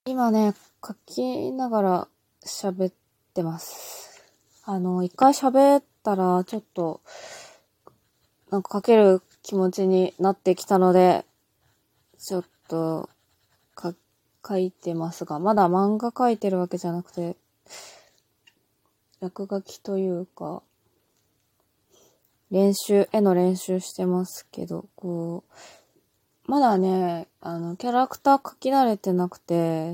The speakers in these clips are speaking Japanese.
今ね、書きながら喋ってます。一回喋ったら、ちょっと、なんか書ける気持ちになってきたので、ちょっと、書いてますが、まだ漫画書いてるわけじゃなくて、落書きというか、絵の練習してますけど、まだね、キャラクター書き慣れてなくて、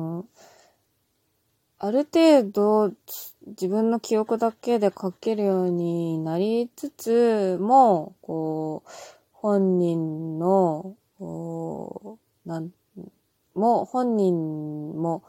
ある程度自分の記憶だけで書けるようになりつつも、本人の、本人も、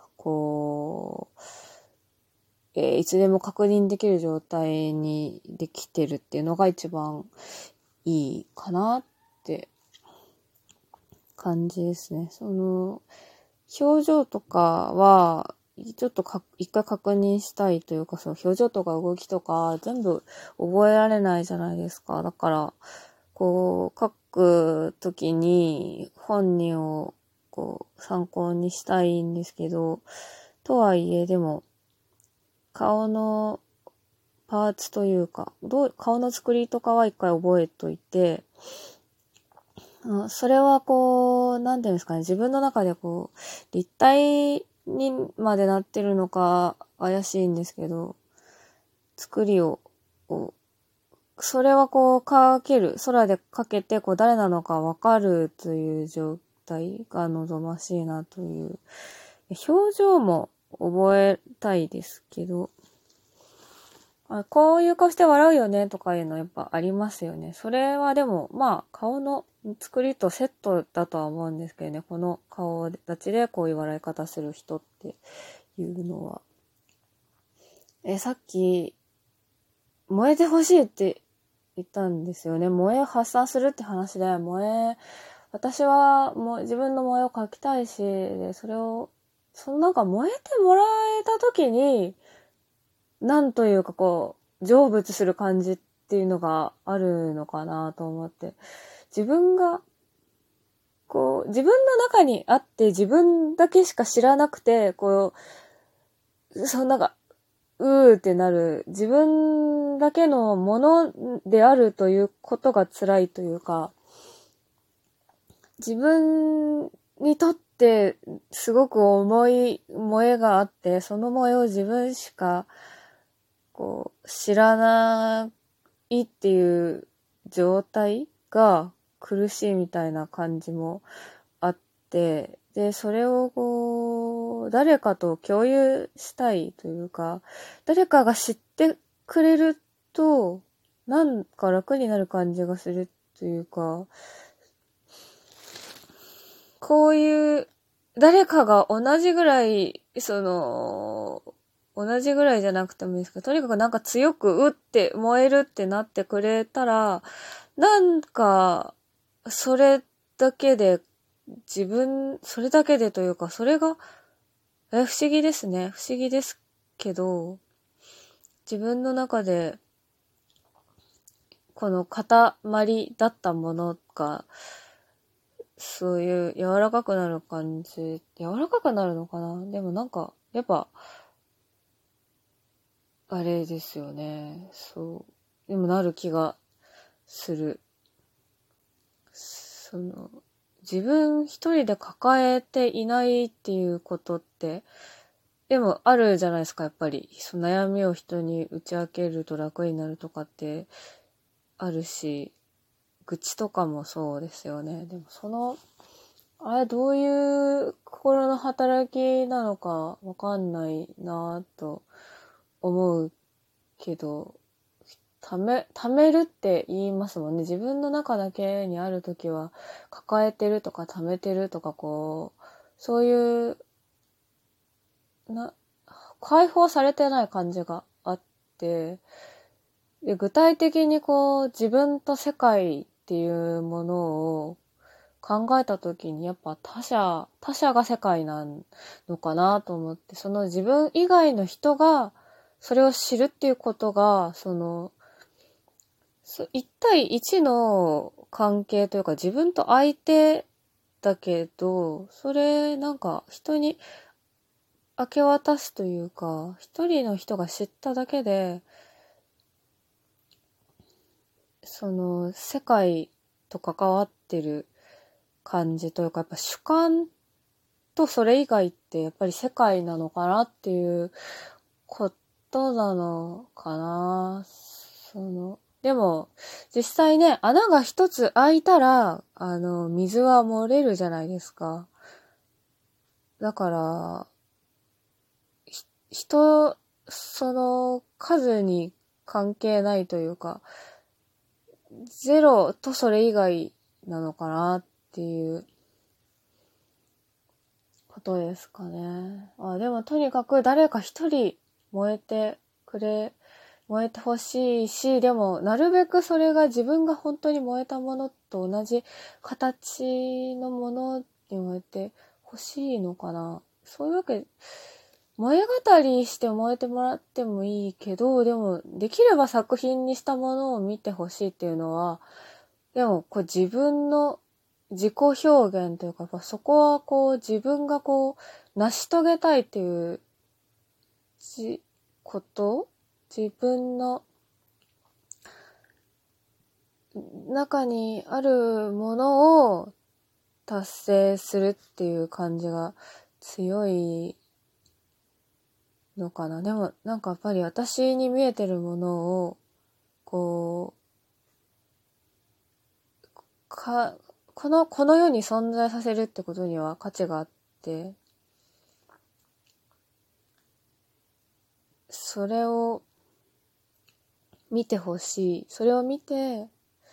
いつでも確認できる状態にできてるっていうのが一番いいかなって感じですね。表情とかは、ちょっと一回確認したいというか、表情とか動きとか全部覚えられないじゃないですか。だから、書くときに本人を参考にしたいんですけど、とはいえでも、顔のパーツというか、顔の作りとかは一回覚えといて、それはなんていうんですかね、自分の中で立体にまでなってるのか怪しいんですけど、作りを、それは空で描けて、誰なのかわかるという状態が望ましいなという。表情も覚えたいですけど、こういう顔して笑うよねとかいうのやっぱありますよね。それはでも、顔の作りとセットだとは思うんですけどね。この顔立ちでこういう笑い方する人っていうのは。さっき、燃えてほしいって言ったんですよね。燃えを発散するって話で、私はもう自分の燃えを描きたいし、で、それを、なんか燃えてもらえた時に、なんというか成仏する感じっていうのがあるのかなと思って。自分が、自分の中にあって自分だけしか知らなくて、なんか、うーってなる、自分だけのものであるということが辛いというか、自分にとってすごく重い萌えがあって、その萌えを自分しか知らないっていう状態が苦しいみたいな感じもあって、で、それを誰かと共有したいというか、誰かが知ってくれると、なんか楽になる感じがするというか、こういう、誰かが同じぐらい、同じぐらいじゃなくてもいいですけど、とにかくなんか強くって燃えるってなってくれたら、なんか、それだけで、それだけでというか、それが、不思議ですね。不思議ですけど、自分の中で、この塊だったものが、そういう柔らかくなる感じ、柔らかくなるのかな。でもなんか、やっぱ、あれですよね。そう。でもなる気がする。自分一人で抱えていないっていうことって、でもあるじゃないですか、やっぱり。悩みを人に打ち明けると楽になるとかってあるし、愚痴とかもそうですよね。でもあれどういう心の働きなのかわかんないなぁと思うけど、溜めるって言いますもんね。自分の中だけにあるときは、抱えてるとか溜めてるとかそういう、解放されてない感じがあって、で具体的に自分と世界っていうものを考えたときにやっぱ他者が世界なのかなと思って、その自分以外の人がそれを知るっていうことが、一対一の関係というか自分と相手だけど、それなんか人に明け渡すというか、一人の人が知っただけで、その世界と関わってる感じというか、やっぱ主観とそれ以外ってやっぱり世界なのかなっていうことなのかな。でも、実際ね、穴が一つ開いたら、水は漏れるじゃないですか。だから、その数に関係ないというか、ゼロとそれ以外なのかなっていうことですかね。でもとにかく誰か一人燃えてほしいし、でもなるべくそれが自分が本当に燃えたものと同じ形のものに燃えてほしいのかな。そういうわけ、燃え語りして燃えてもらってもいいけど、でもできれば作品にしたものを見てほしいっていうのは、でもこう自分の自己表現というか、そこはこう自分がこう成し遂げたいっていうこと自分の中にあるものを達成するっていう感じが強いのかな。でもなんかやっぱり私に見えてるものをこうこの世に存在させるってことには価値があって、それを見てほしい。それを見て、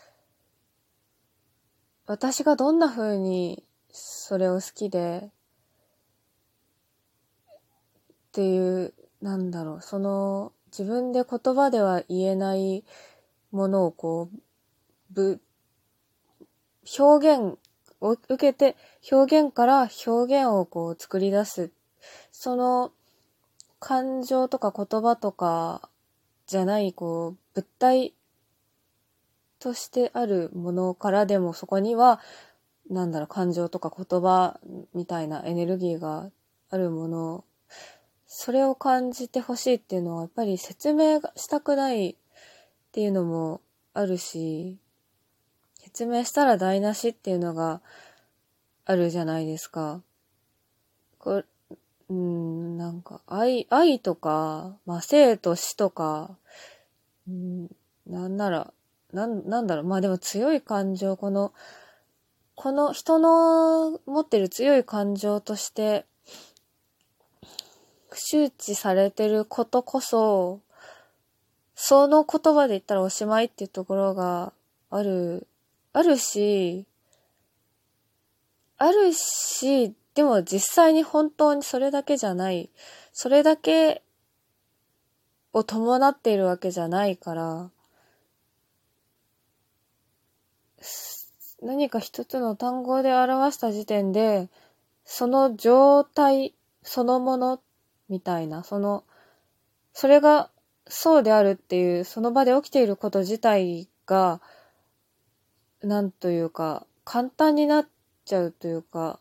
私がどんな風にそれを好きでっていう、その自分で言葉では言えないものをこう、表現を受けて、表現から表現をこう作り出す。その感情とか言葉とかじゃない、こう、物体としてあるものからでもそこには、感情とか言葉みたいなエネルギーがあるもの、それを感じてほしいっていうのはやっぱり説明したくないっていうのもあるし、説明したら台無しっていうのがあるじゃないですか。愛とか、生と死とか、でも強い感情、この人の持ってる強い感情として、周知されてることこそ、その言葉で言ったらおしまいっていうところがあるし、でも実際に本当にそれだけじゃない、それだけを伴っているわけじゃないから、何か一つの単語で表した時点で、その状態そのものみたいな、それがそうであるっていう、その場で起きていること自体が、なんというか、簡単になっちゃうというか、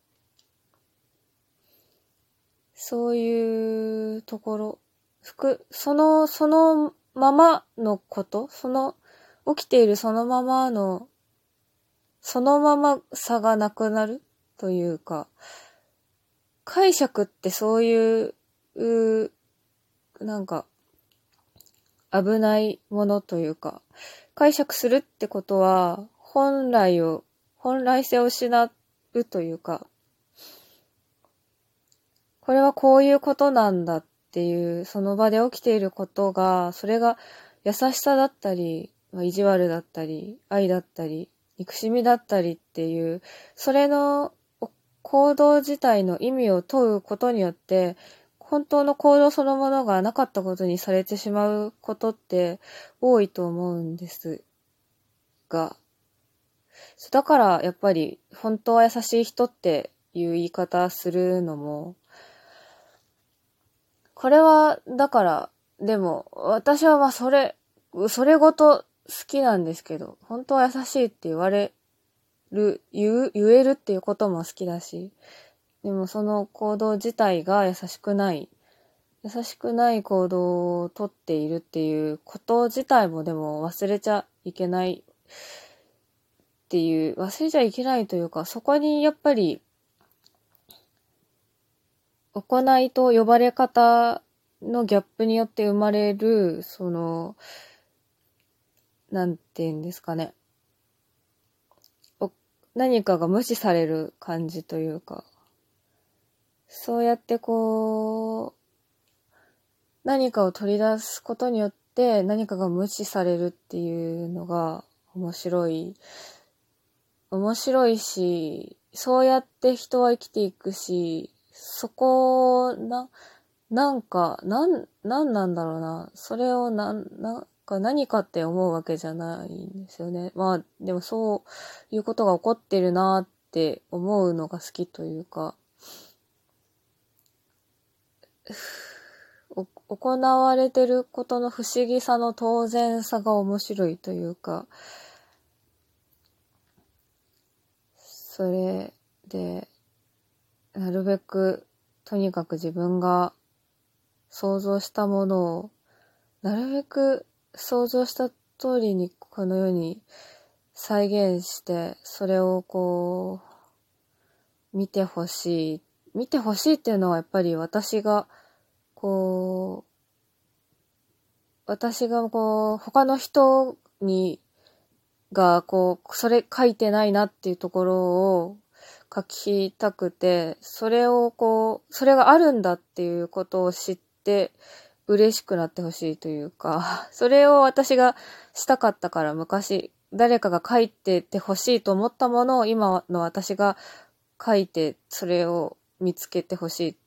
そういうところ、そのままのこと、起きているそのままさがなくなるというか、解釈ってそういう、危ないものというか、解釈するってことは、本来性を失うというか、これはこういうことなんだっていう、その場で起きていることが、それが優しさだったり、意地悪だったり、愛だったり、憎しみだったりっていう、それの行動自体の意味を問うことによって、本当の行動そのものがなかったことにされてしまうことって多いと思うんですが、だからやっぱり本当は優しい人っていう言い方するのも、これはだからでも私はそれごと好きなんですけど、本当は優しいって言えるっていうことも好きだし、 でもその行動自体が優しくない行動をとっているっていうこと自体もでも忘れちゃいけない忘れちゃいけないというか、そこにやっぱり行いと呼ばれ方のギャップによって生まれる、なんて言うんですかね。何かが無視される感じというか、そうやって何かを取り出すことによって何かが無視されるっていうのが面白いし、そうやって人は生きていくし、そこなんなんだろうな。それを何かって思うわけじゃないんですよね。まあ、でもそういうことが起こってるなって思うのが好きというか、行われてることの不思議さの当然さが面白いというか、それで、なるべく、とにかく自分が想像したものを、なるべく想像した通りにこの世に再現して、それを見てほしい。見てほしいっていうのはやっぱり私が他の人それ書いてないなっていうところを書きたくて、それがあるんだっていうことを知って嬉しくなってほしいというか、それを私がしたかったから昔、誰かが書いててほしいと思ったものを今の私が書いて、それを見つけてほしいっ